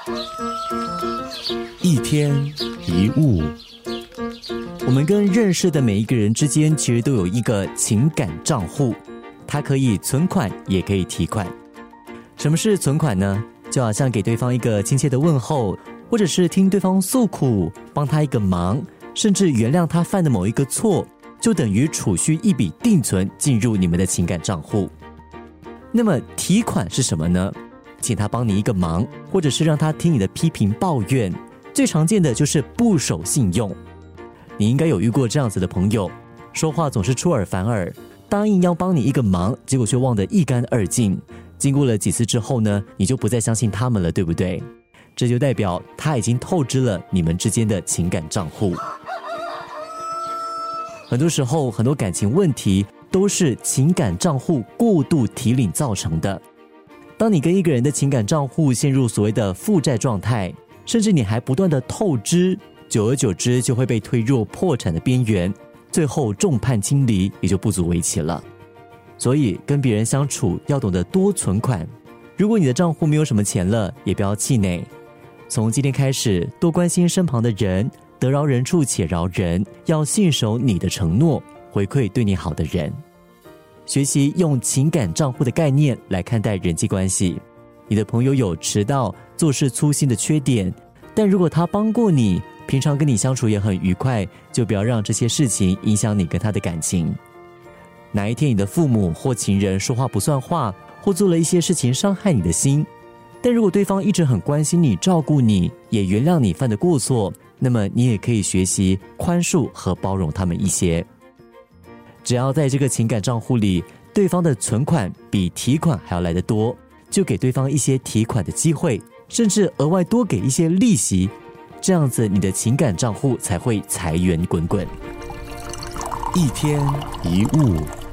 一天一物，我们跟认识的每一个人之间其实都有一个情感账户，它可以存款也可以提款。什么是存款呢？就好像给对方一个亲切的问候，或者是听对方诉苦，帮他一个忙，甚至原谅他犯的某一个错，就等于储蓄一笔定存进入你们的情感账户。那么提款是什么呢？请他帮你一个忙，或者是让他听你的批评抱怨，最常见的就是不守信用。你应该有遇过这样子的朋友，说话总是出尔反尔，答应要帮你一个忙，结果却忘得一干二净。经过了几次之后呢，你就不再相信他们了，对不对？这就代表他已经透支了你们之间的情感账户。很多时候，很多感情问题都是情感账户过度提领造成的。当你跟一个人的情感账户陷入所谓的负债状态，甚至你还不断的透支，久而久之就会被推入破产的边缘，最后众叛亲离也就不足为奇了。所以跟别人相处要懂得多存款，如果你的账户没有什么钱了，也不要气馁。从今天开始，多关心身旁的人，得饶人处且饶人，要信守你的承诺，回馈对你好的人。学习用情感账户的概念来看待人际关系。你的朋友有迟到、做事粗心的缺点，但如果他帮过你，平常跟你相处也很愉快，就不要让这些事情影响你跟他的感情。哪一天你的父母或情人说话不算话，或做了一些事情伤害你的心，但如果对方一直很关心你、照顾你，也原谅你犯的过错，那么你也可以学习宽恕和包容他们一些。只要在这个情感账户里，对方的存款比提款还要来得多，就给对方一些提款的机会，甚至额外多给一些利息，这样子你的情感账户才会财源滚滚。 一天一物。